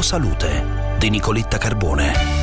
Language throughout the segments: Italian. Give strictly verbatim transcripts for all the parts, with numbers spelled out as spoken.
Salute di Nicoletta Carbone.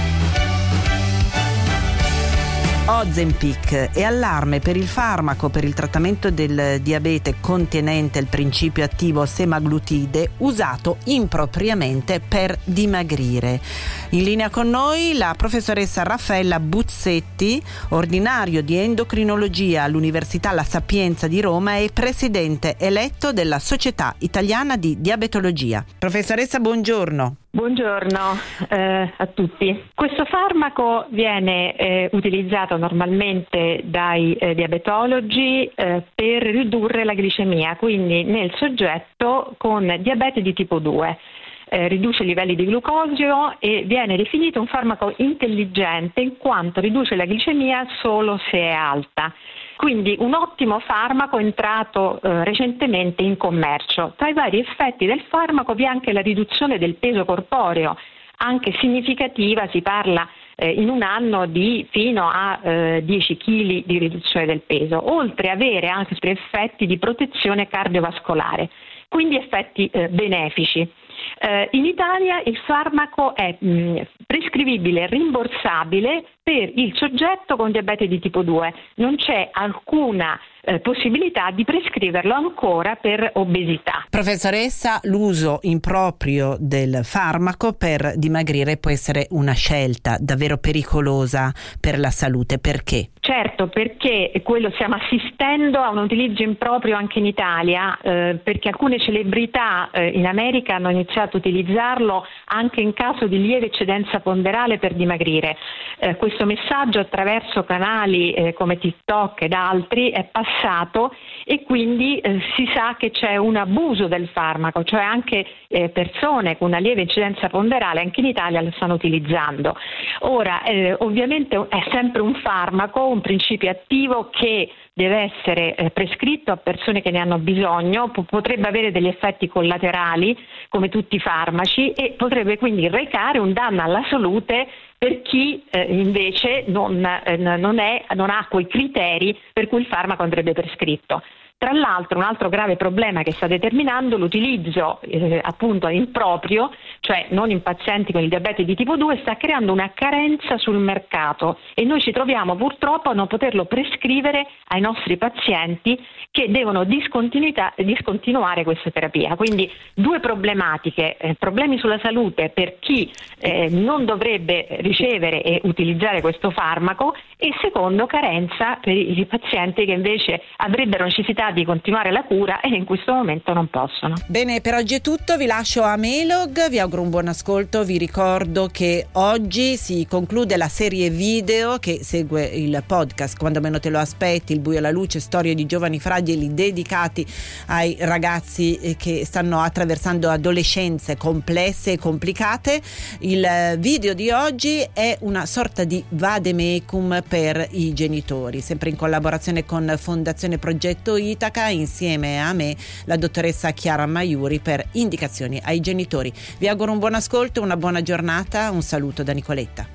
Ozempic e allarme per il farmaco per il trattamento del diabete contenente il principio attivo semaglutide usato impropriamente per dimagrire. In linea con noi la professoressa Raffaella Buzzetti, ordinario di endocrinologia all'Università La Sapienza di Roma e presidente eletto della Società Italiana di Diabetologia. Professoressa, buongiorno. Buongiorno eh, a tutti. Questo farmaco viene eh, utilizzato normalmente dai eh, diabetologi eh, per ridurre la glicemia, quindi nel soggetto con diabete di tipo due. Eh, riduce i livelli di glucosio e viene definito un farmaco intelligente in quanto riduce la glicemia solo se è alta. Quindi un ottimo farmaco entrato eh, recentemente in commercio. Tra i vari effetti del farmaco vi è anche la riduzione del peso corporeo, anche significativa, si parla eh, in un anno di fino a eh, dieci chili di riduzione del peso, oltre ad avere anche effetti di protezione cardiovascolare, quindi effetti eh, benefici. Eh, in Italia il farmaco è mh, prescrivibile e rimborsabile per il soggetto con diabete di tipo due. Non c'è alcuna eh, possibilità di prescriverlo ancora per obesità. Professoressa, l'uso improprio del farmaco per dimagrire può essere una scelta davvero pericolosa per la salute. Perché? Certo, perché quello stiamo assistendo a un utilizzo improprio anche in Italia, eh, perché alcune celebrità eh, in America hanno iniziato a utilizzarlo anche in caso di lieve eccedenza ponderale per dimagrire. Eh, questo messaggio attraverso canali eh, come TikTok ed altri è passato e quindi eh, si sa che c'è un abuso del farmaco, cioè anche eh, persone con una lieve eccedenza ponderale anche in Italia lo stanno utilizzando. Ora, eh, ovviamente è sempre un farmaco, un principio attivo che deve essere eh, prescritto a persone che ne hanno bisogno, P- potrebbe avere degli effetti collaterali come tutti i farmaci e potrebbe quindi recare un danno alla salute per chi eh, invece non, eh, non, è, non ha quei criteri per cui il farmaco andrebbe prescritto. Tra l'altro un altro grave problema che sta determinando l'utilizzo eh, appunto improprio, cioè non in pazienti con il diabete di tipo due, sta creando una carenza sul mercato e noi ci troviamo purtroppo a non poterlo prescrivere ai nostri pazienti che devono discontinuare questa terapia. Quindi due problematiche, eh, problemi sulla salute per chi eh, non dovrebbe ricevere e utilizzare questo farmaco e secondo carenza per i pazienti che invece avrebbero necessità di continuare la cura e in questo momento non possono. Bene, per oggi è tutto, vi lascio a Melog, vi auguro un buon ascolto, vi ricordo che oggi si conclude la serie video che segue il podcast Quando meno te lo aspetti, il buio alla luce, storie di giovani fragili dedicati ai ragazzi che stanno attraversando adolescenze complesse e complicate. Il video di oggi è una sorta di vademecum per i genitori, sempre in collaborazione con Fondazione Progetto Itaca, insieme a me la dottoressa Chiara Maiuri per indicazioni ai genitori. Vi auguro un buon ascolto, una buona giornata, un saluto da Nicoletta.